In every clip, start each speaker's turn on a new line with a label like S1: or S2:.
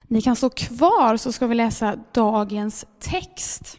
S1: Ni kan stå kvar så ska vi läsa dagens text.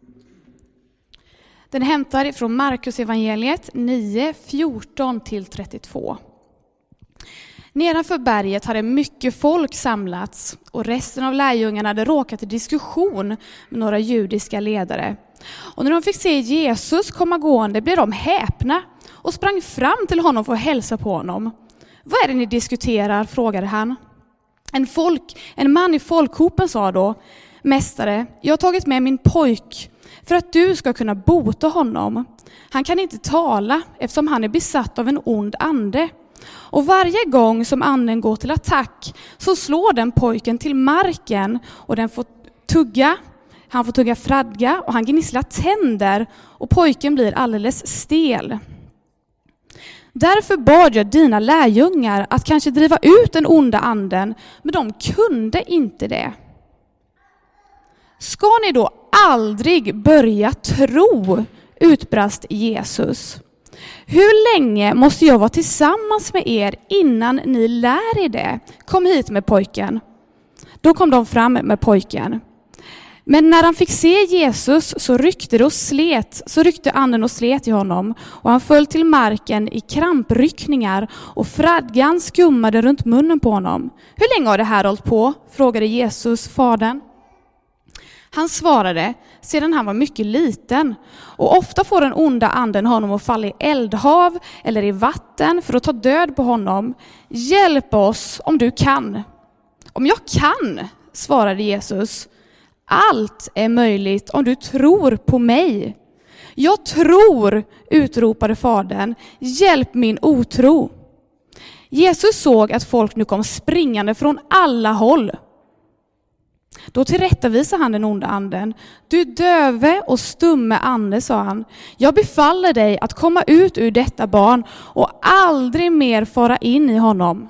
S1: Den hämtar ifrån Markus evangeliet 9, 14-32. Nedanför berget hade mycket folk samlats och resten av lärjungarna hade råkat i diskussion med några judiska ledare. Och när de fick se Jesus komma gående blev de häpna och sprang fram till honom för att hälsa på honom. Vad är det ni diskuterar? Frågade han. En man i folkhopen sa då: Mästare, jag har tagit med min pojk för att du ska kunna bota honom. Han kan inte tala eftersom han är besatt av en ond ande. Och varje gång som anden går till attack så slår den pojken till marken och han får tugga fradga och han gnisslar tänder och pojken blir alldeles stel. Därför bad jag dina lärjungar att kanske driva ut den onda anden, men de kunde inte det. Ska ni då aldrig börja tro? Utbrast Jesus. Hur länge måste jag vara tillsammans med er innan ni lär er det? Kom hit med pojken. Då kom de fram med pojken. Men när han fick se Jesus så ryckte anden och slet i honom och han föll till marken i krampryckningar och fradgan skummade runt munnen på honom. Hur länge har det här hållit på? Frågade Jesus fadern. Han svarade: sedan han var mycket liten, och ofta får den onda anden honom att falla i eldhav eller i vatten för att ta död på honom. Hjälp oss om du kan. Om jag kan, svarade Jesus. Allt är möjligt om du tror på mig. Jag tror, utropade fadern. Hjälp min otro. Jesus såg att folk nu kom springande från alla håll. Då tillrättavisade han den onda anden. Du döve och stumme ande, sa han. Jag befaller dig att komma ut ur detta barn och aldrig mer fara in i honom.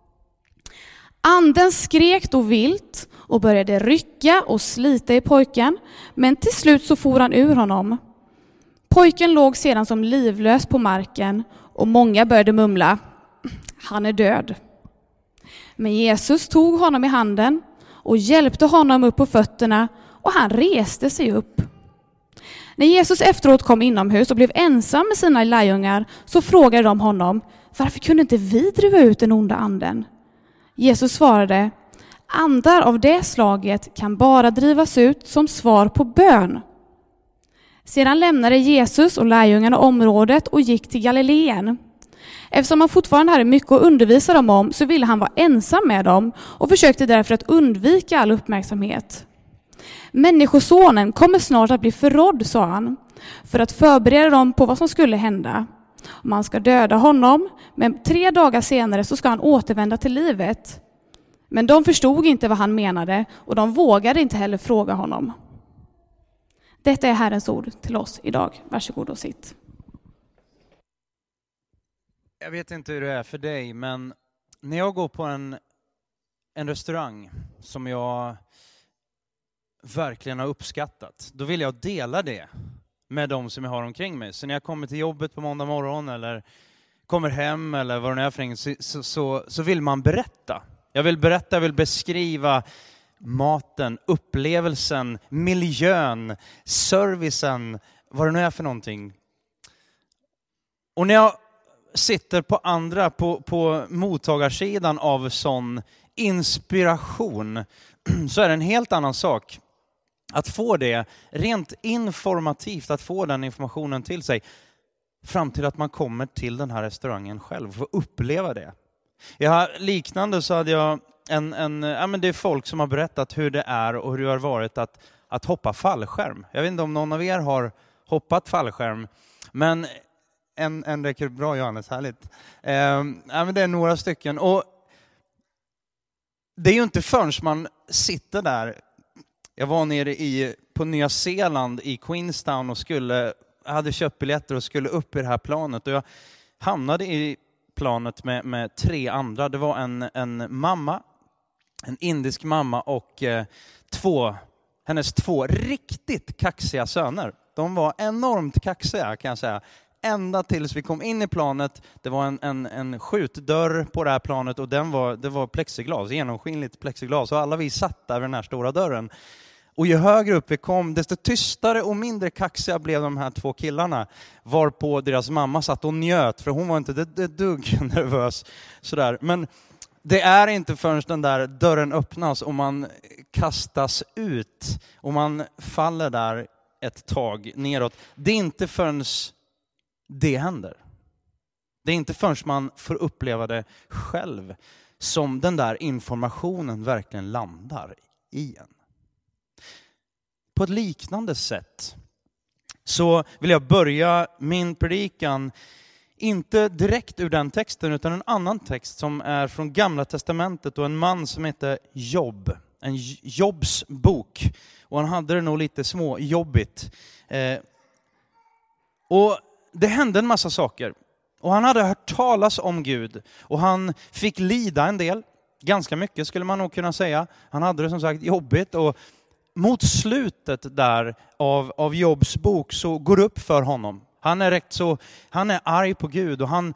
S1: Anden skrek då vilt och började rycka och slita i pojken, men till slut så for han ur honom. Pojken låg sedan som livlös på marken och många började mumla: han är död. Men Jesus tog honom i handen och hjälpte honom upp på fötterna och han reste sig upp. När Jesus efteråt kom inomhus och blev ensam med sina lärjungar så frågade de honom: varför kunde inte vi driva ut den onda anden? Jesus svarade: andar av det slaget kan bara drivas ut som svar på bön. Sedan lämnade Jesus och lärjungarna området och gick till Galileen. Eftersom han fortfarande hade mycket att undervisa dem om så ville han vara ensam med dem och försökte därför att undvika all uppmärksamhet. Människosonen kommer snart att bli förrådd, sa han, för att förbereda dem på vad som skulle hända. Man ska döda honom, men 3 dagar senare så ska han återvända till livet. Men de förstod inte vad han menade och de vågade inte heller fråga honom. Detta är Herrens ord till oss idag. Varsågod och sitt.
S2: Jag vet inte hur det är för dig, men när jag går på en restaurang som jag verkligen har uppskattat, då vill jag dela det med de som jag har omkring mig. Så när jag kommer till jobbet på måndag morgon eller kommer hem eller vad det är för något, så vill man berätta. Jag vill beskriva maten, upplevelsen, miljön, servicen, vad det nu är för någonting. Och när jag sitter på mottagarsidan av sån inspiration så är det en helt annan sak att få det rent informativt, att få den informationen till sig fram till att man kommer till den här restaurangen själv och får uppleva det. Liknande så hade jag det är folk som har berättat hur det är och hur det har varit att hoppa fallskärm. Jag vet inte om någon av er har hoppat fallskärm, men en räcker bra, Johannes, härligt. Men det är några stycken. Och det är ju inte förrän man sitter där. Jag var nere på Nya Zeeland i Queenstown och hade köpt biljetter och skulle upp i det här planet. Och jag hamnade i planet med 3 andra. Det var en mamma, en indisk mamma och hennes 2 riktigt kaxiga söner. De var enormt kaxiga, kan jag säga. ända tills vi kom in i planet. Det var en skjutdörr på det här planet och det var plexiglas, genomskinligt plexiglas. Och alla vi satt där vid den här stora dörren. Och ju högre upp vi kom, desto tystare och mindre kaxiga blev de här två killarna. Varpå deras mamma satt och njöt, för hon var inte det dugg nervös. Sådär. Men det är inte förrän den där dörren öppnas och man kastas ut. Och man faller där ett tag neråt. Det är inte förrän det händer. Det är inte förrän man får uppleva det själv som den där informationen verkligen landar i en. På ett liknande sätt så vill jag börja min predikan inte direkt ur den texten utan en annan text som är från Gamla testamentet och en man som heter Job. En Jobs bok. Och han hade det nog lite småjobbigt. Och det hände en massa saker. Och han hade hört talas om Gud. Och han fick lida en del. Ganska mycket skulle man nog kunna säga. Han hade det som sagt jobbigt. Och mot slutet där av Jobs bok så går det upp för honom. Han är arg på Gud och han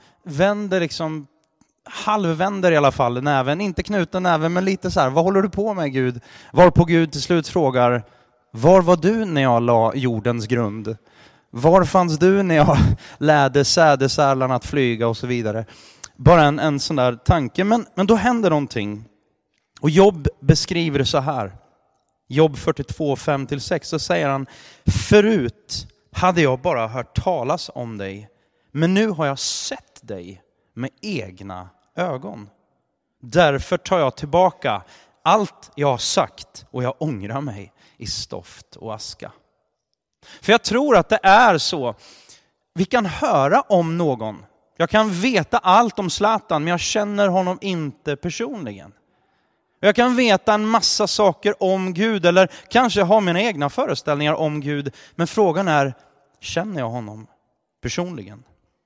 S2: halvvänder i alla fall näven. Inte knuten näven men lite så här, vad håller du på med Gud? Varpå Gud till slut frågar, var var du när jag la jordens grund? Var fanns du när jag lärde sädesärlarna att flyga och så vidare? Bara en sån där tanke. Men då händer någonting. Och Job beskriver det så här. Job 42, 5-6 så säger han, förut hade jag bara hört talas om dig, men nu har jag sett dig med egna ögon. Därför tar jag tillbaka allt jag har sagt och jag ångrar mig i stoft och aska. För jag tror att det är så. Vi kan höra om någon. Jag kan veta allt om Zlatan, men jag känner honom inte personligen. Jag kan veta en massa saker om Gud eller kanske ha mina egna föreställningar om Gud. Men frågan är, känner jag honom personligen?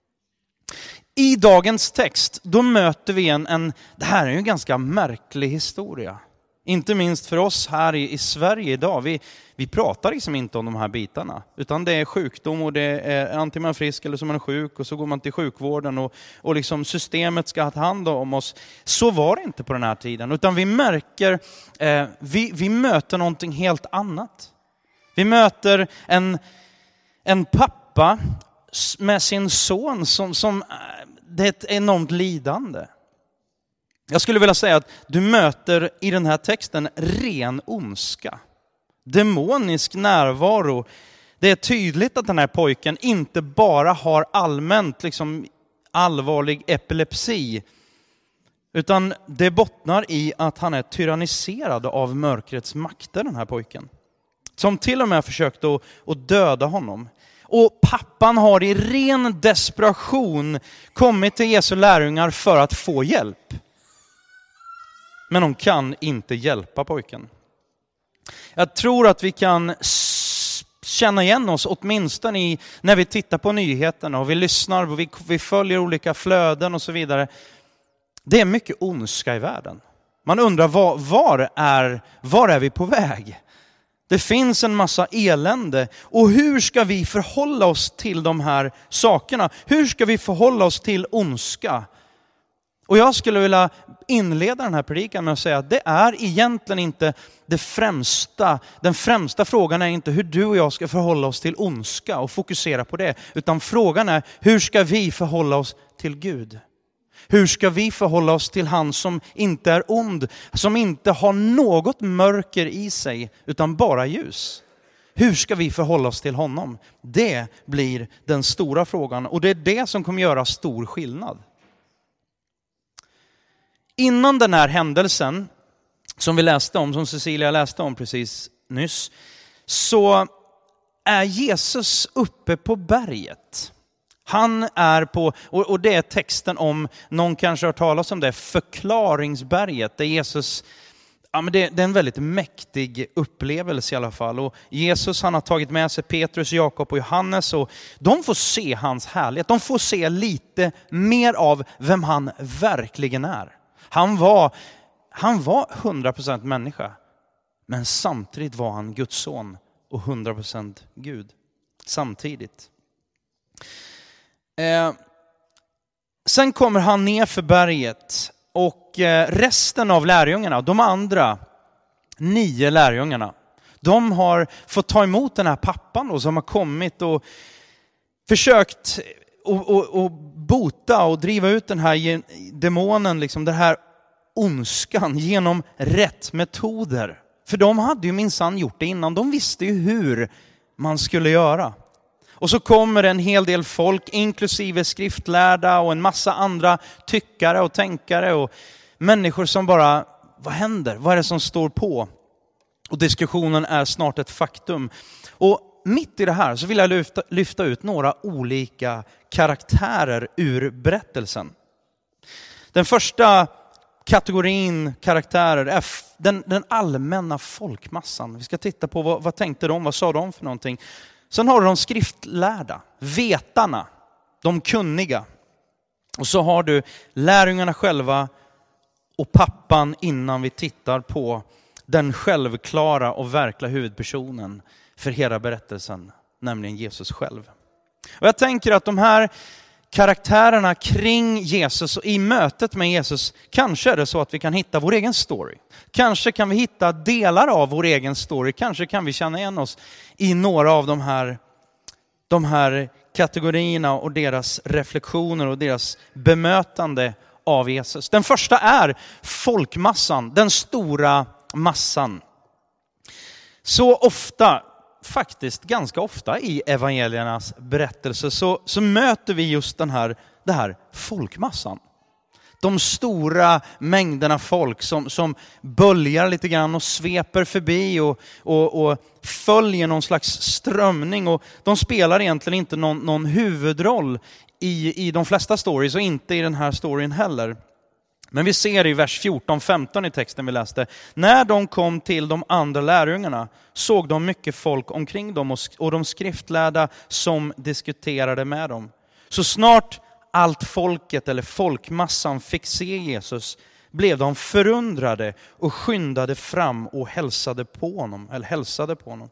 S2: I dagens text, då möter vi det här är ju en ganska märklig historia. Inte minst för oss här i Sverige idag. Vi pratar liksom inte om de här bitarna. Utan det är sjukdom och det är antingen man är frisk eller så man är sjuk. Och så går man till sjukvården och liksom systemet ska ta hand om oss. Så var det inte på den här tiden. Utan vi märker, vi möter någonting helt annat. Vi möter en pappa med sin son som det är ett enormt lidande. Jag skulle vilja säga att du möter i den här texten ren ondska. Demonisk närvaro. Det är tydligt att den här pojken inte bara har allmänt allvarlig epilepsi. Utan det bottnar i att han är tyranniserad av mörkrets makter, den här pojken. Som till och med försökt att döda honom. Och pappan har i ren desperation kommit till Jesu lärjungar för att få hjälp. Men de kan inte hjälpa pojken. Jag tror att vi kan känna igen oss åtminstone när vi tittar på nyheterna och vi lyssnar och vi följer olika flöden och så vidare. Det är mycket ondska i världen. Man undrar var är vi på väg? Det finns en massa elände. Och hur ska vi förhålla oss till de här sakerna? Hur ska vi förhålla oss till ondska? Och jag skulle vilja inleda den här predikan med att säga att det är egentligen inte den främsta frågan är inte hur du och jag ska förhålla oss till ondska och fokusera på det. Utan frågan är, hur ska vi förhålla oss till Gud? Hur ska vi förhålla oss till han som inte är ond, som inte har något mörker i sig utan bara ljus? Hur ska vi förhålla oss till honom? Det blir den stora frågan och det är det som kommer göra stor skillnad. Innan den här händelsen som vi läste om, som Cecilia läste om precis nyss, så är Jesus uppe på berget. Han är på, och det är texten om, någon kanske har talat om det, förklaringsberget, där Jesus, men det är en väldigt mäktig upplevelse i alla fall. Och Jesus, han har tagit med sig Petrus, Jakob och Johannes och de får se hans härlighet. De får se lite mer av vem han verkligen är. Han var 100% människa, men samtidigt var han Guds son och 100% Gud samtidigt. Sen kommer han ner för berget och resten av lärjungarna, de andra 9 lärjungarna, de har fått ta emot den här pappan då, som har kommit och försökt och bota och driva ut den här demonen, liksom den här ondskan genom rätt metoder. För de hade ju minsann gjort det innan, de visste ju hur man skulle göra. Och så kommer en hel del folk, inklusive skriftlärda och en massa andra tyckare och tänkare och människor som bara, vad händer? Vad är det som står på? Och diskussionen är snart ett faktum. Och mitt i det här så vill jag lyfta ut några olika karaktärer ur berättelsen. Den första kategorin karaktärer är den allmänna folkmassan. Vi ska titta på vad tänkte de, vad sa de för någonting. Sen har du de skriftlärda, vetarna, de kunniga. Och så har du lärjungarna själva och pappan innan vi tittar på den självklara och verkliga huvudpersonen för hela berättelsen, nämligen Jesus själv. Och jag tänker att de här karaktärerna kring Jesus och i mötet med Jesus, kanske är det så att vi kan hitta vår egen story. Kanske kan vi hitta delar av vår egen story. Kanske kan vi känna igen oss i några av de här kategorierna och deras reflektioner och deras bemötande av Jesus. Den första är folkmassan, den stora massan. Så ofta, faktiskt ganska ofta i evangeliernas berättelse så möter vi just det här folkmassan. De stora mängderna folk som böljar lite grann och sveper förbi och följer någon slags strömning. Och de spelar egentligen inte någon huvudroll i de flesta stories och inte i den här storyn heller. Men vi ser i vers 14-15 i texten vi läste. När de kom till de andra lärjungarna såg de mycket folk omkring dem och de skriftlärda som diskuterade med dem. Så snart allt folket eller folkmassan fick se Jesus blev de förundrade och skyndade fram och hälsade på honom.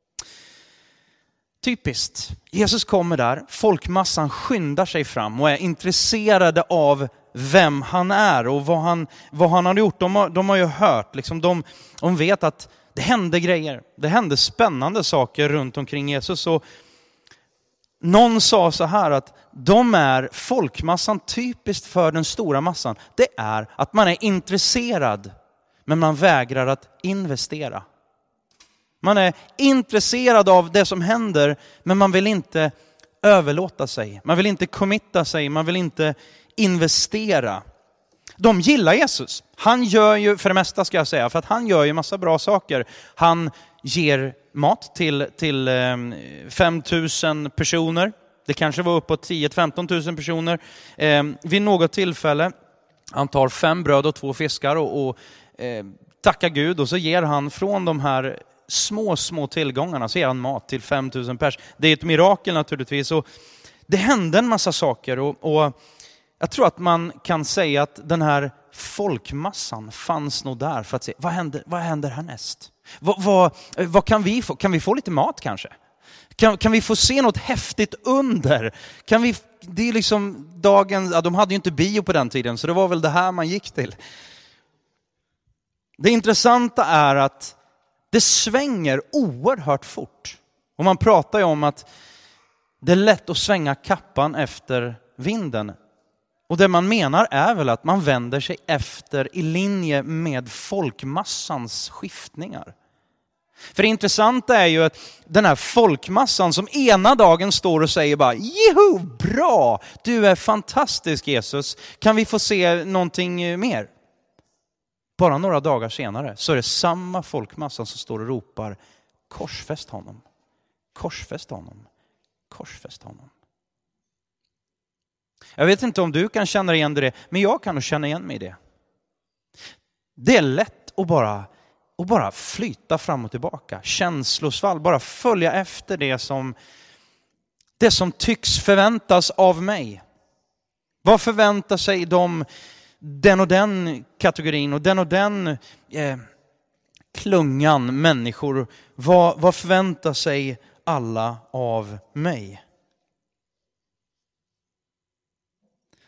S2: Typiskt. Jesus kommer där, folkmassan skyndar sig fram och är intresserade av vem han är och vad han har gjort. De har ju hört, liksom, de vet att det hände grejer. Det hände spännande saker runt omkring Jesus. Och någon sa så här att de är folkmassan, typiskt för den stora massan. Det är att man är intresserad men man vägrar att investera. Man är intresserad av det som händer men man vill inte överlåta sig. Man vill inte committa sig, man vill inte investera. De gillar Jesus. Han gör ju, för det mesta ska jag säga, för att han gör ju massa bra saker. Han ger mat till 5 000 personer. Det kanske var uppåt 10-15 000 personer. Vid något tillfälle, han tar 5 bröd och 2 fiskar och tackar Gud. Och så ger han från de här små tillgångarna, så ger han mat till 5 000 pers. Det är ett mirakel naturligtvis. Och det hände en massa saker och jag tror att man kan säga att den här folkmassan fanns nog där för att se, vad händer härnäst? Vad kan vi få? Kan vi få lite mat kanske? Kan vi få se något häftigt under? Det är liksom de hade ju inte bio på den tiden, så det var väl det här man gick till. Det intressanta är att det svänger oerhört fort. Och man pratar ju om att det är lätt att svänga kappan efter vinden. Och det man menar är väl att man vänder sig efter i linje med folkmassans skiftningar. För det intressanta är ju att den här folkmassan som ena dagen står och säger bara "Juhu, bra! Du är fantastisk Jesus. Kan vi få se någonting mer?" Bara några dagar senare så är det samma folkmassa som står och ropar "Korsfäst honom, korsfäst honom, korsfäst honom." Jag vet inte om du kan känna igen det, men jag kan nog känna igen mig i det. Det är lätt att bara flyta fram och tillbaka. Känslosvall, bara följa efter det som tycks förväntas av mig. Vad förväntar sig den och den kategorin och den klungan människor? Vad förväntar sig alla av mig?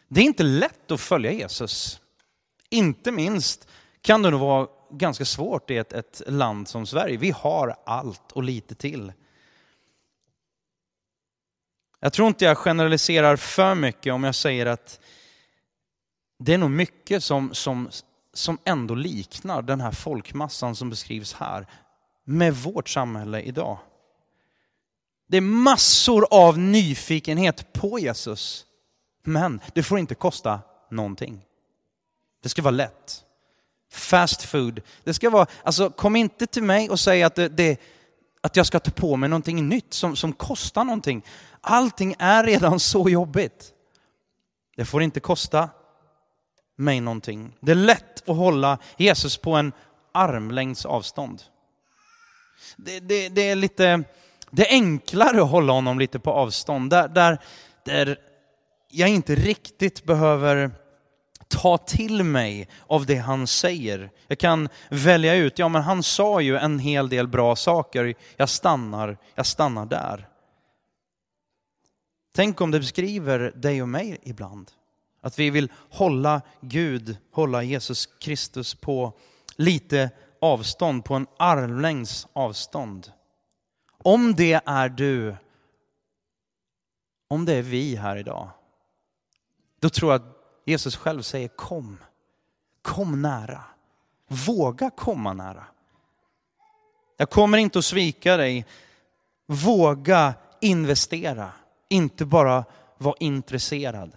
S2: Det är inte lätt att följa Jesus. Inte minst kan det nog vara ganska svårt i ett land som Sverige. Vi har allt och lite till. Jag tror inte jag generaliserar för mycket om jag säger att det är nog mycket som ändå liknar den här folkmassan som beskrivs här med vårt samhälle idag. Det är massor av nyfikenhet på Jesus. Men det får inte kosta någonting. Det ska vara lätt. Fast food. Det ska vara, alltså kom inte till mig och säg att jag ska ta på mig någonting nytt som kostar någonting. Allting är redan så jobbigt. Det får inte kosta mig någonting. Det är lätt att hålla Jesus på en armlängds avstånd. Det är lite, det är enklare att hålla honom lite på avstånd. Där jag inte riktigt behöver ta till mig av det han säger. Jag kan välja ut, men han sa ju en hel del bra saker. Jag stannar där. Tänk om det beskriver dig och mig ibland. Att vi vill hålla Jesus Kristus på lite avstånd, på en armlängds avstånd. Om det är du, om det är vi här idag, då tror jag att Jesus själv säger kom nära. Våga komma nära. Jag kommer inte att svika dig. Våga investera. Inte bara vara intresserad.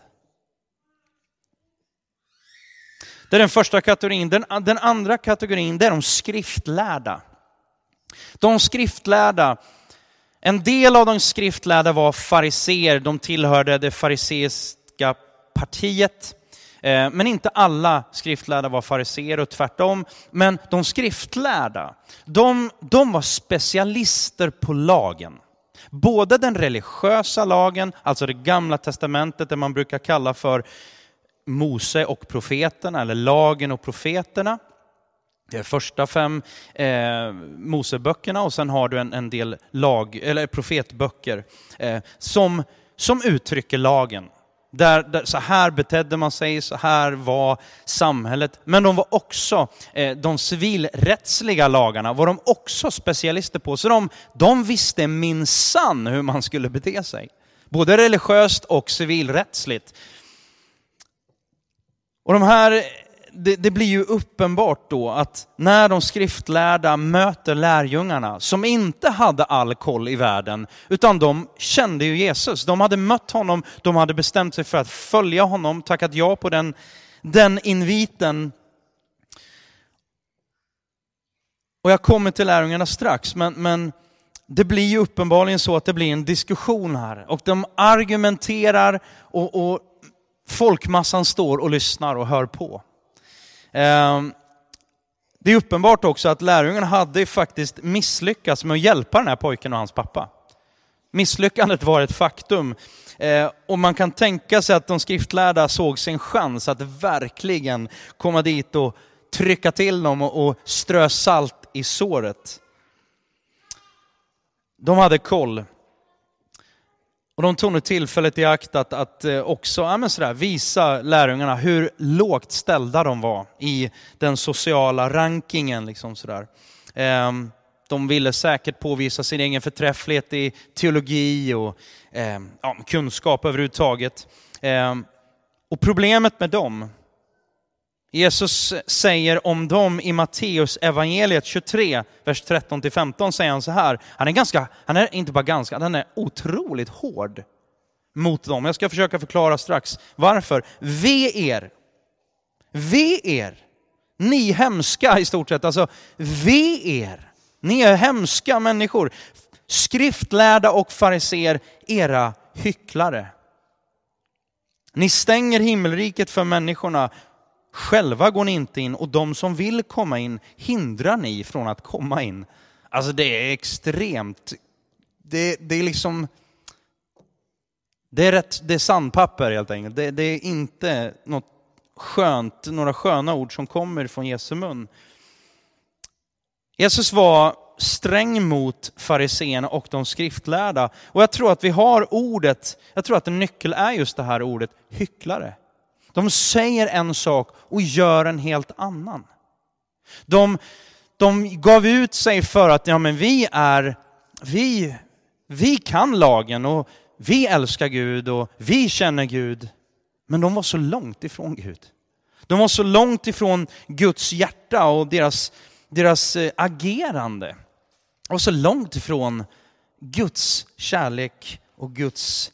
S2: Det är den första kategorin. Den andra kategorin, det är de skriftlärda. De skriftlärda, en del av de skriftlärda var fariseer. De tillhörde det fariseiska partiet. Men inte alla skriftlärda var fariseer och tvärtom. Men de skriftlärda, de var specialister på lagen. Både den religiösa lagen, alltså det gamla testamentet, det man brukar kalla för Mose och profeterna, eller lagen och profeterna. Det är första 5 Moseböckerna, och sen har du en del eller profetböcker som uttrycker lagen. Där så här betedde man sig, så här var samhället. Men de var också, de civilrättsliga lagarna var de också specialister på. Så de visste minsann hur man skulle bete sig. Både religiöst och civilrättsligt. Och det blir ju uppenbart då att när de skriftlärda möter lärjungarna som inte hade all koll i världen, utan de kände ju Jesus. De hade mött honom, de hade bestämt sig för att följa honom, tackat ja på den inviten. Och jag kommer till lärjungarna strax, men det blir ju uppenbarligen så att det blir en diskussion här. Och de argumenterar och folkmassan står och lyssnar och hör på. Det är uppenbart också att lärjungarna hade faktiskt misslyckats med att hjälpa den här pojken och hans pappa. Misslyckandet var ett faktum. Och man kan tänka sig att de skriftlärda såg sin chans att verkligen komma dit och trycka till dem och strö salt i såret. De hade koll. Och de tog nu tillfället i akt att också visa lärjungarna hur lågt ställda de var i den sociala rankingen. Liksom sådär. De ville säkert påvisa sin egen förträfflighet i teologi och kunskap överhuvudtaget. Och problemet med dem, Jesus säger om dem i Matteus evangeliet 23, vers 13-15, säger han så här. Han är otroligt hård mot dem. Jag ska försöka förklara strax varför. Ve er, ni hemska i stort sett. Alltså, ve er, ni är hemska människor. Skriftlärda och fariseer, era hycklare. Ni stänger himmelriket för människorna. Själva går ni inte in, och de som vill komma in hindrar ni från att komma in. Alltså det är extremt. Det är liksom, det är sandpapper helt enkelt. Det är inte några sköna ord som kommer från Jesu mun. Jesus var sträng mot fariseerna och de skriftlärda. Och jag tror att vi har ordet, jag tror att en nyckel är just det här ordet hycklare. De säger en sak och gör en helt annan. De gav ut sig för att vi kan lagen och vi älskar Gud och vi känner Gud. Men de var så långt ifrån Gud. De var så långt ifrån Guds hjärta och deras agerande. Och så långt ifrån Guds kärlek och Guds...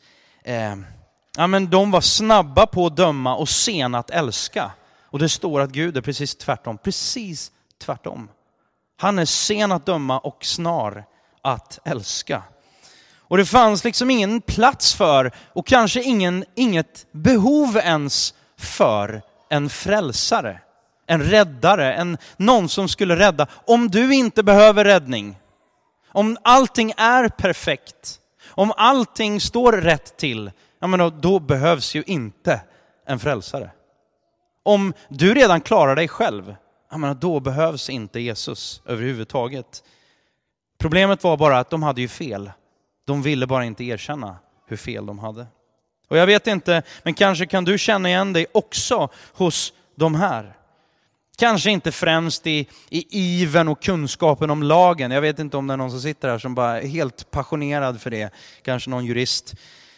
S2: de var snabba på att döma och sena att älska. Och det står att Gud är precis tvärtom. Precis tvärtom. Han är sen att döma och snar att älska. Och det fanns liksom ingen plats för, och kanske inget behov ens för en frälsare. En räddare, någon som skulle rädda. Om du inte behöver räddning, om allting är perfekt, om allting står rätt till, då behövs ju inte en frälsare. Om du redan klarar dig själv, då behövs inte Jesus överhuvudtaget. Problemet var bara att de hade ju fel. De ville bara inte erkänna hur fel de hade. Och jag vet inte, men kanske kan du känna igen dig också hos de här. Kanske inte främst i iven och kunskapen om lagen. Jag vet inte om det är någon som sitter här som bara är helt passionerad för det. Kanske någon jurist.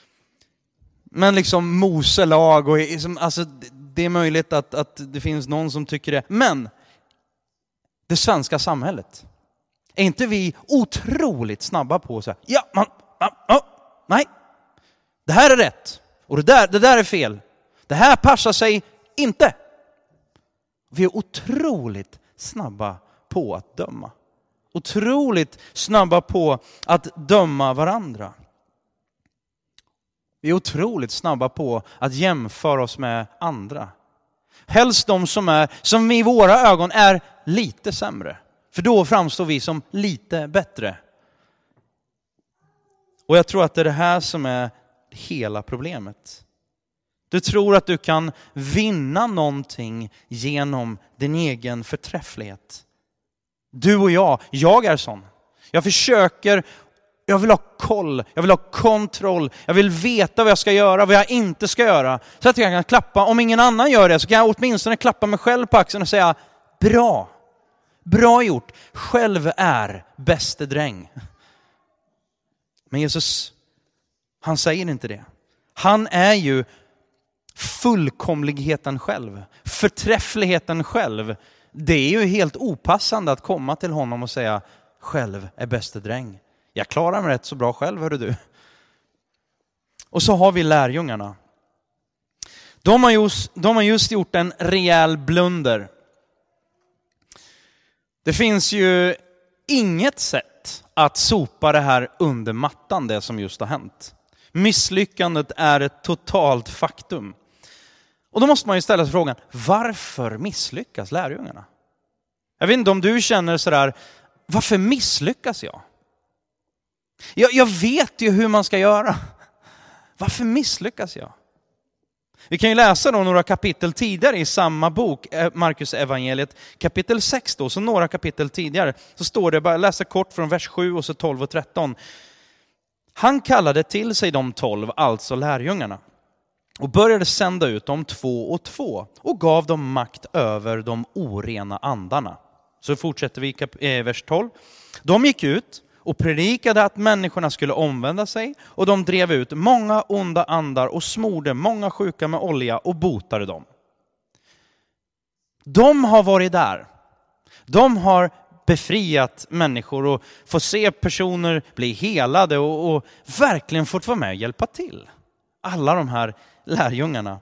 S2: Men liksom Mose lag och det är möjligt att det finns någon som tycker det. Men det svenska samhället, är inte vi otroligt snabba på så här? Nej. Det här är rätt. Och det där är fel. Det här passar sig inte. Vi är otroligt snabba på att döma. Otroligt snabba på att döma varandra. Vi är otroligt snabba på att jämföra oss med andra. Helst de som i våra ögon är lite sämre. För då framstår vi som lite bättre. Och jag tror att det är det här som är hela problemet. Du tror att du kan vinna någonting genom din egen förträfflighet. Du och jag är sån. Jag vill ha koll, jag vill ha kontroll, jag vill veta vad jag ska göra, vad jag inte ska göra. Så att jag kan klappa, om ingen annan gör det så kan jag åtminstone klappa mig själv på axeln och säga bra gjort, själv är bäste dräng. Men Jesus, han säger inte det. Han är ju fullkomligheten själv, förträffligheten själv. Det är ju helt opassande att komma till honom och säga själv är bäste dräng. Jag klarar mig rätt så bra själv, hörru du. Och så har vi lärjungarna. De har just gjort en rejäl blunder. Det finns ju inget sätt att sopa det här under mattan, det som just har hänt. Misslyckandet är ett totalt faktum. Och då måste man ju ställa sig frågan, varför misslyckas lärjungarna? Jag vet inte om du känner sådär, varför misslyckas jag? Jag vet ju hur man ska göra. Varför misslyckas jag? Vi kan ju läsa då några kapitel tidigare i samma bok, Markus evangeliet, kapitel 6 då, så några kapitel tidigare, så står det, bara läsa kort från vers 7 och så 12 och 13. Han kallade till sig de 12, alltså lärjungarna, och började sända ut dem 2 och 2 och gav dem makt över de orena andarna. Så fortsätter vi i vers 12. De gick ut och predikade att människorna skulle omvända sig, och de drev ut många onda andar och smorde många sjuka med olja och botade dem. De har varit där. De har befriat människor och får se personer bli helade och verkligen fått vara med och hjälpa till. Alla de här lärjungarna.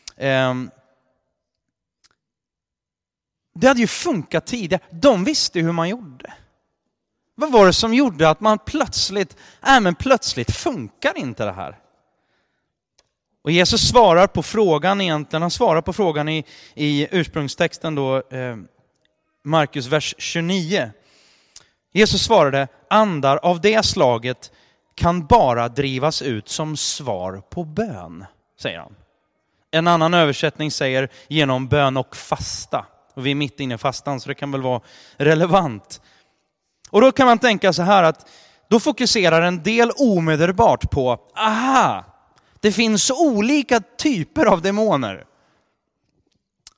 S2: Det hade ju funkat tidigare. De visste hur man gjorde. Vad var det som gjorde att man plötsligt funkar inte det här? Och Jesus svarar på frågan egentligen. Han svarar på frågan i ursprungstexten då, Markus vers 29. Jesus svarade, andar av det slaget kan bara drivas ut som svar på bön, säger han. En annan översättning säger genom bön och fasta. Och vi är mitt inne i fastan, så det kan väl vara relevant. Och då kan man tänka så här att då fokuserar en del omedelbart på, det finns olika typer av demoner.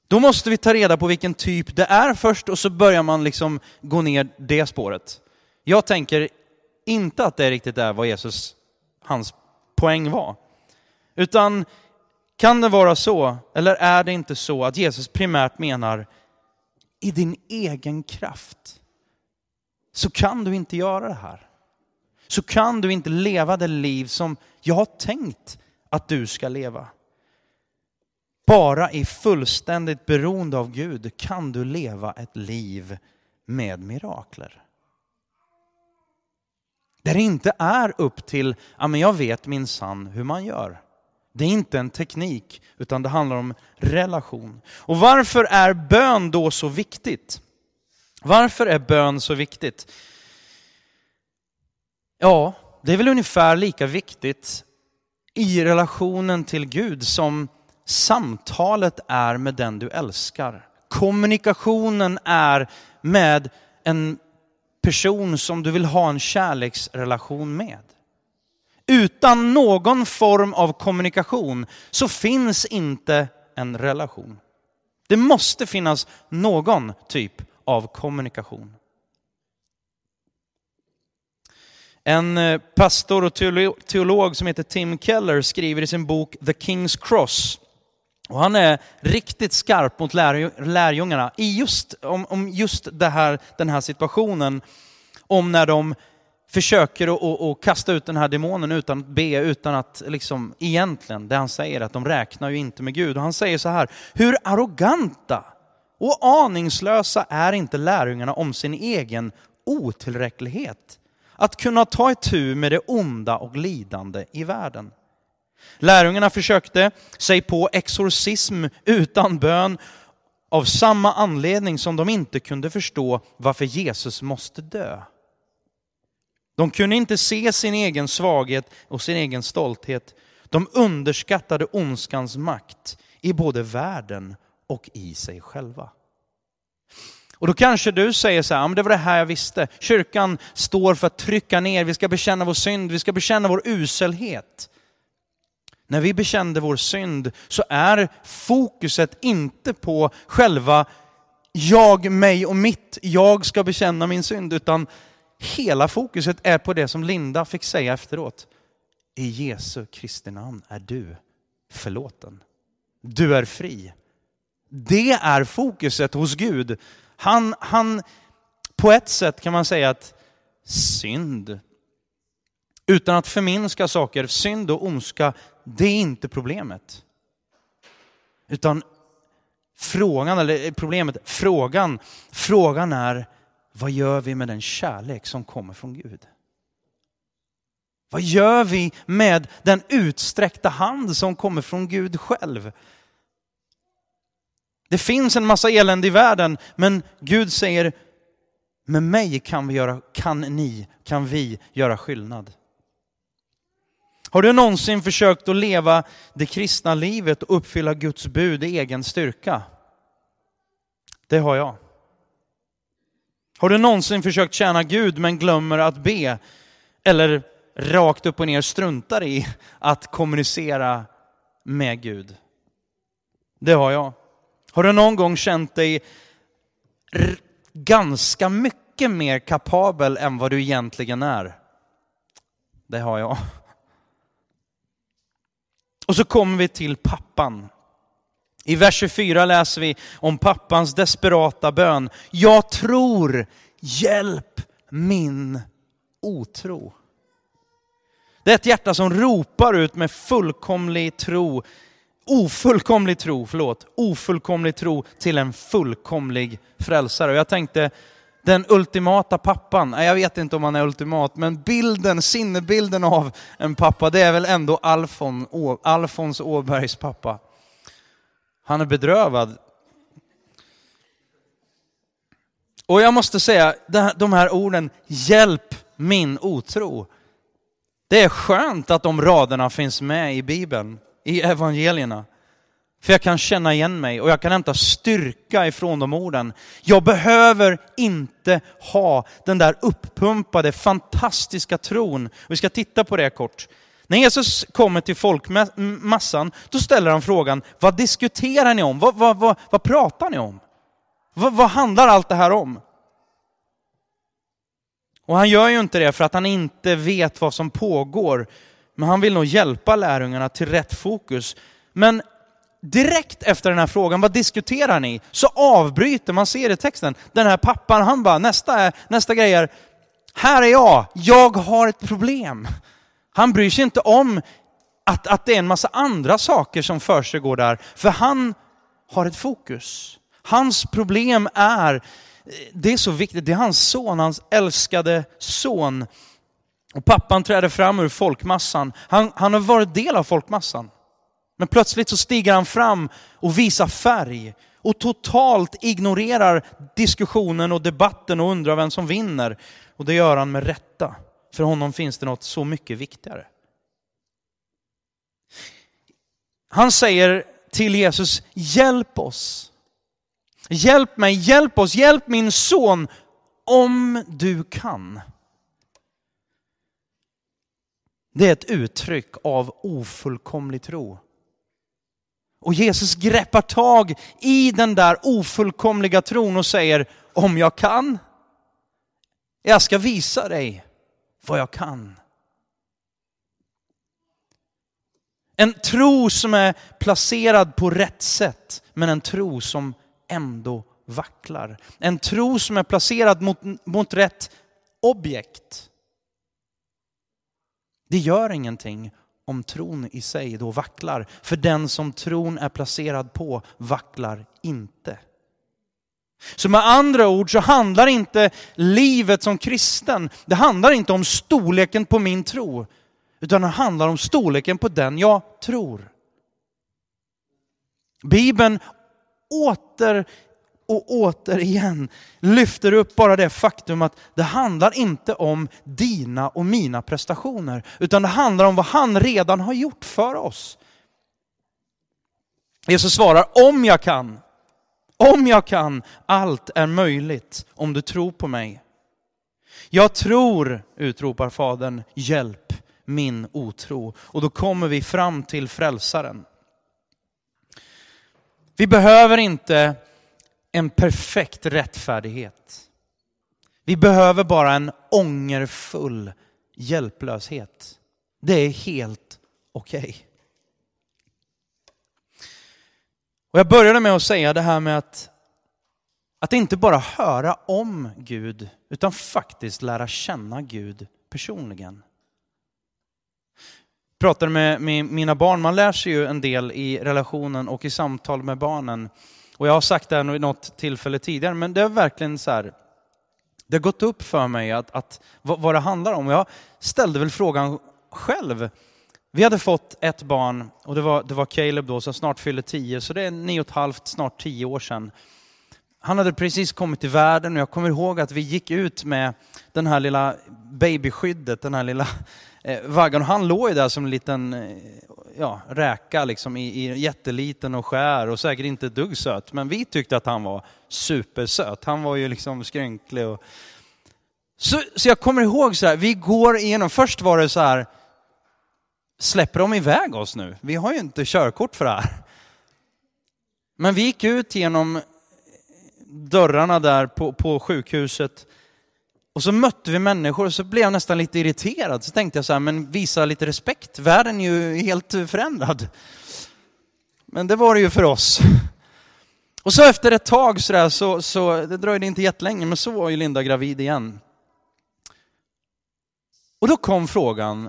S2: Då måste vi ta reda på vilken typ det är först och så börjar man liksom gå ner det spåret. Jag tänker inte att det riktigt är vad hans poäng var. Utan kan det vara så, eller är det inte så att Jesus primärt menar i din egen kraft så kan du inte göra det här. Så kan du inte leva det liv som jag har tänkt att du ska leva. Bara i fullständigt beroende av Gud kan du leva ett liv med mirakler. Där det inte är upp till, ja men jag vet minsann hur man gör. Det är inte en teknik utan det handlar om relation. Och varför är bön då så viktigt? Varför är bön så viktigt? Ja, det är väl ungefär lika viktigt i relationen till Gud som samtalet är med den du älskar. Kommunikationen är med en person som du vill ha en kärleksrelation med. Utan någon form av kommunikation så finns inte en relation. Det måste finnas någon typ av kommunikation. En pastor och teolog som heter Tim Keller skriver i sin bok The King's Cross. Och han är riktigt skarp mot lärjungarna i om just den här situationen. Om när de försöker att kasta ut den här demonen utan att be, utan att liksom egentligen, det han säger att de räknar ju inte med Gud. Och han säger så här, hur arroganta och aningslösa är inte lärjungarna om sin egen otillräcklighet. Att kunna ta itu med det onda och lidande i världen. Lärjungarna försökte sig på exorcism utan bön av samma anledning som de inte kunde förstå varför Jesus måste dö. De kunde inte se sin egen svaghet och sin egen stolthet. De underskattade ondskans makt i både världen och i sig själva. Och då kanske du säger så här, men det var det här jag visste. Kyrkan står för att trycka ner, vi ska bekänna vår synd, vi ska bekänna vår uselhet. När vi bekände vår synd så är fokuset inte på själva jag, mig och mitt, jag ska bekänna min synd, utan hela fokuset är på det som Linda fick säga efteråt. I Jesu Kristi namn är du förlåten. Du är fri. Det är fokuset hos Gud. Han på ett sätt kan man säga att synd, utan att förminska saker, synd och ondska, det är inte problemet. Utan frågan är, vad gör vi med den kärlek som kommer från Gud? Vad gör vi med den utsträckta hand som kommer från Gud själv? Det finns en massa elände i världen, men Gud säger, med mig kan vi göra skillnad. Har du någonsin försökt att leva det kristna livet och uppfylla Guds bud i egen styrka? Det har jag. Har du någonsin försökt tjäna Gud men glömmer att be? Eller rakt upp och ner struntar i att kommunicera med Gud? Det har jag. Har du någon gång känt dig ganska mycket mer kapabel än vad du egentligen är? Det har jag. Och så kommer vi till pappan. I vers 24 läser vi om pappans desperata bön. Jag tror, hjälp min otro. Det är ett hjärta som ropar ut med ofullkomlig tro till en fullkomlig frälsare. Och jag tänkte, den ultimata pappan, jag vet inte om han är ultimat, men sinnebilden av en pappa, det är väl ändå Alfons Åbergs pappa. Han är bedrövad. Och jag måste säga, de här orden, hjälp min otro. Det är skönt att de raderna finns med i Bibeln, i evangelierna. För jag kan känna igen mig och jag kan hämta styrka ifrån de orden. Jag behöver inte ha den där uppumpade, fantastiska tron. Vi ska titta på det kort. När Jesus kommer till folkmassan, då ställer han frågan, vad diskuterar ni om? Vad pratar ni om? Vad handlar allt det här om? Och han gör ju inte det för att han inte vet vad som pågår. Men han vill nog hjälpa lärjungarna till rätt fokus. Men direkt efter den här frågan, vad diskuterar ni? Så avbryter, man ser i texten, den här pappan, han bara, nästa grej är, här är jag har ett problem. Han bryr sig inte om att det är en massa andra saker som för sig går där. För han har ett fokus. Hans problem är, det är så viktigt, det är hans son, hans älskade son. Och pappan träder fram ur folkmassan. Han har varit del av folkmassan. Men plötsligt så stiger han fram och visar färg. Och totalt ignorerar diskussionen och debatten och undrar vem som vinner. Och det gör han med rätta. För honom finns det något så mycket viktigare. Han säger till Jesus, hjälp oss. Hjälp mig, hjälp oss, hjälp min son om du kan. Det är ett uttryck av ofullkomlig tro. Och Jesus greppar tag i den där ofullkomliga tron och säger, om jag kan, jag ska visa dig vad jag kan. En tro som är placerad på rätt sätt, men en tro som ändå vacklar. En tro som är placerad mot rätt objekt. Det gör ingenting om tron i sig då vacklar. För den som tron är placerad på vacklar inte. Så med andra ord så handlar inte livet som kristen, det handlar inte om storleken på min tro, utan det handlar om storleken på den jag tror. Bibeln åter och återigen lyfter upp bara det faktum att det handlar inte om dina och mina prestationer, utan det handlar om vad han redan har gjort för oss. Jesus svarar, om jag kan, allt är möjligt om du tror på mig. Jag tror, utropar Fadern, hjälp min otro. Och då kommer vi fram till frälsaren. Vi behöver inte en perfekt rättfärdighet. Vi behöver bara en ångerfull hjälplöshet. Det är helt okej. Och jag började med att säga det här med att inte bara höra om Gud, utan faktiskt lära känna Gud personligen. Jag pratade med mina barn, man lär sig ju en del i relationen och i samtal med barnen. Och jag har sagt det här vid något tillfälle tidigare, men det är verkligen så här, det har gått upp för mig att vad det handlar om. Jag ställde väl frågan själv. Vi hade fått ett barn och det var Caleb då som snart fyllde 10, så det är 9,5, snart 10 år sedan. Han hade precis kommit till världen och jag kommer ihåg att vi gick ut med den här lilla babyskyddet, den här lilla vaggan. Och han låg ju där som en liten räka liksom i jätteliten och skär och säkert inte ett dugg söt. Men vi tyckte att han var supersöt. Han var ju liksom skrynklig. Så jag kommer ihåg så här, vi går igenom, först var det så här, släpper de iväg oss nu? Vi har ju inte körkort för det här. Men vi gick ut genom dörrarna där på sjukhuset. Och så mötte vi människor och så blev jag nästan lite irriterad. Så tänkte jag så här, men visa lite respekt. Världen är ju helt förändrad. Men det var det ju för oss. Och så efter ett tag så det dröjde inte jättelänge, men så var ju Linda gravid igen. Och då kom frågan,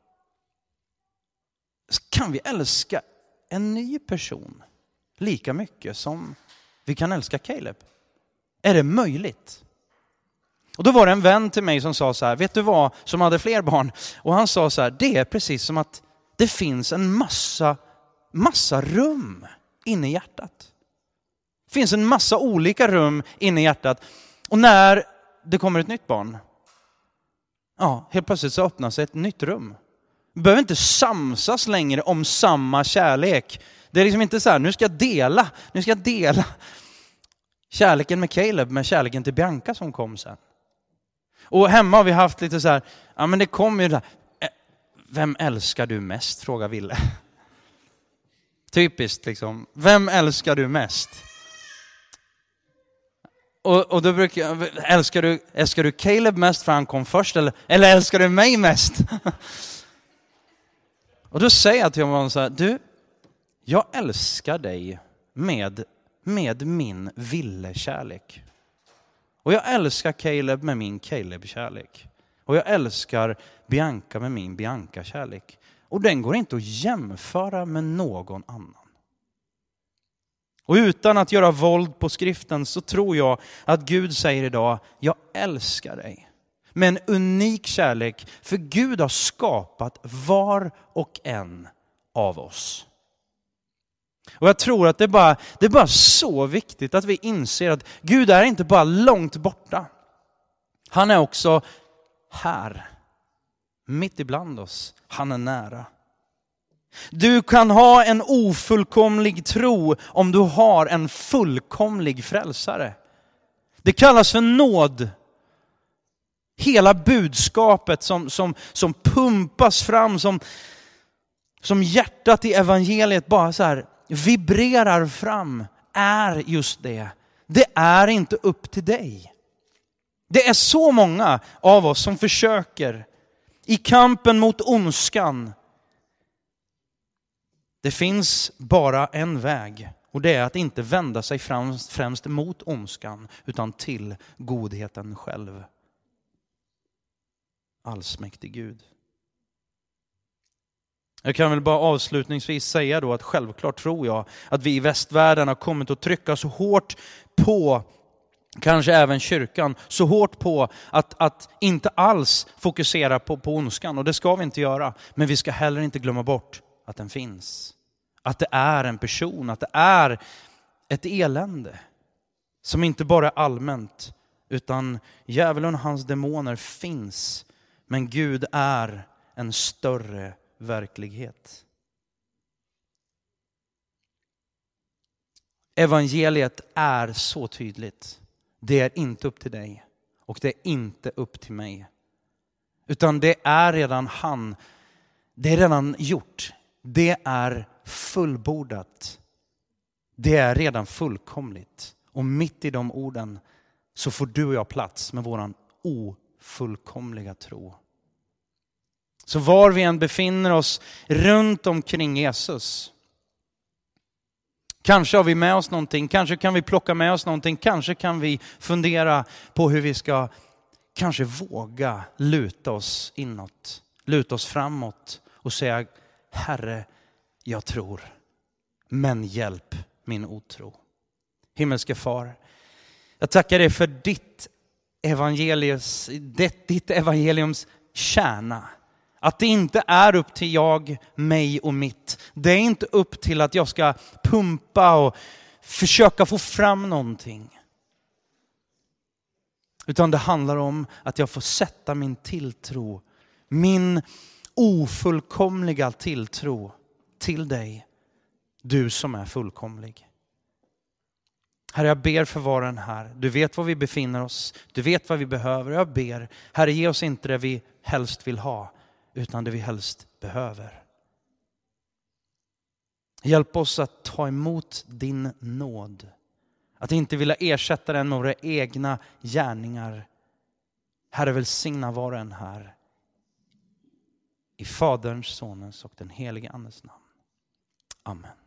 S2: kan vi älska en ny person lika mycket som vi kan älska Caleb? Är det möjligt? Och då var det en vän till mig som sa så här, vet du vad, som hade fler barn. Och han sa så här, det är precis som att det finns en massa rum inne i hjärtat. Det finns en massa olika rum inne i hjärtat. Och när det kommer ett nytt barn, helt plötsligt så öppnar sig ett nytt rum. Vi behöver inte samsas längre om samma kärlek. Det är liksom inte så här, nu ska jag dela kärleken med Caleb med kärleken till Bianca som kom sen. Och hemma har vi haft lite så här, men det kommer ju där. Vem älskar du mest? Frågar Ville. Typiskt liksom. Vem älskar du mest? Och då brukar jag, älskar du Caleb mest för han kom först? Eller älskar du mig mest? Och då säger jag till honom så här, du, jag älskar dig med min Ville-kärlek. Och jag älskar Caleb med min Caleb-kärlek. Och jag älskar Bianca med min Bianca-kärlek. Och den går inte att jämföra med någon annan. Och utan att göra våld på skriften så tror jag att Gud säger idag, jag älskar dig. Med en unik kärlek, för Gud har skapat var och en av oss. Och jag tror att det är bara så viktigt att vi inser att Gud är inte bara långt borta. Han är också här, mitt ibland oss. Han är nära. Du kan ha en ofullkomlig tro om du har en fullkomlig frälsare. Det kallas för nåd. Hela budskapet som pumpas fram, som hjärtat i evangeliet bara så här vibrerar fram, är just det. Det är inte upp till dig. Det är så många av oss som försöker i kampen mot ondskan. Det finns bara en väg, och det är att inte vända sig främst mot ondskan utan till godheten själv. Allsmäktig Gud. Jag kan väl bara avslutningsvis säga då att självklart tror jag att vi i västvärlden har kommit att trycka så hårt på, kanske även kyrkan, så hårt på att inte alls fokusera på ondskan. Och det ska vi inte göra. Men vi ska heller inte glömma bort att den finns. Att det är en person, att det är ett elände som inte bara är allmänt, utan djävulen och hans demoner finns. Men Gud är en större verklighet. Evangeliet är så tydligt. Det är inte upp till dig och det är inte upp till mig. Utan det är redan det är redan gjort. Det är fullbordat. Det är redan fullkomligt. Och mitt i de orden så får du och jag plats med våran ofullkomliga tro. Så var vi än befinner oss runt omkring Jesus. Kanske har vi med oss någonting. Kanske kan vi plocka med oss någonting. Kanske kan vi fundera på hur vi ska kanske våga luta oss inåt. Luta oss framåt och säga, Herre, jag tror. Men hjälp min otro. Himmelske Far, jag tackar dig för ditt evangeliums kärna. Att det inte är upp till jag, mig och mitt. Det är inte upp till att jag ska pumpa och försöka få fram någonting. Utan det handlar om att jag får sätta min tilltro, min ofullkomliga tilltro till dig. Du som är fullkomlig. Herre, jag ber för var och en här. Du vet var vi befinner oss. Du vet vad vi behöver. Jag ber, Herre, ge oss inte det vi helst vill ha, utan det vi helst behöver. Hjälp oss att ta emot din nåd. Att inte vilja ersätta den med våra egna gärningar. Herre, välsigna var och en här. I Faderns, Sonens och den helige Andes namn. Amen.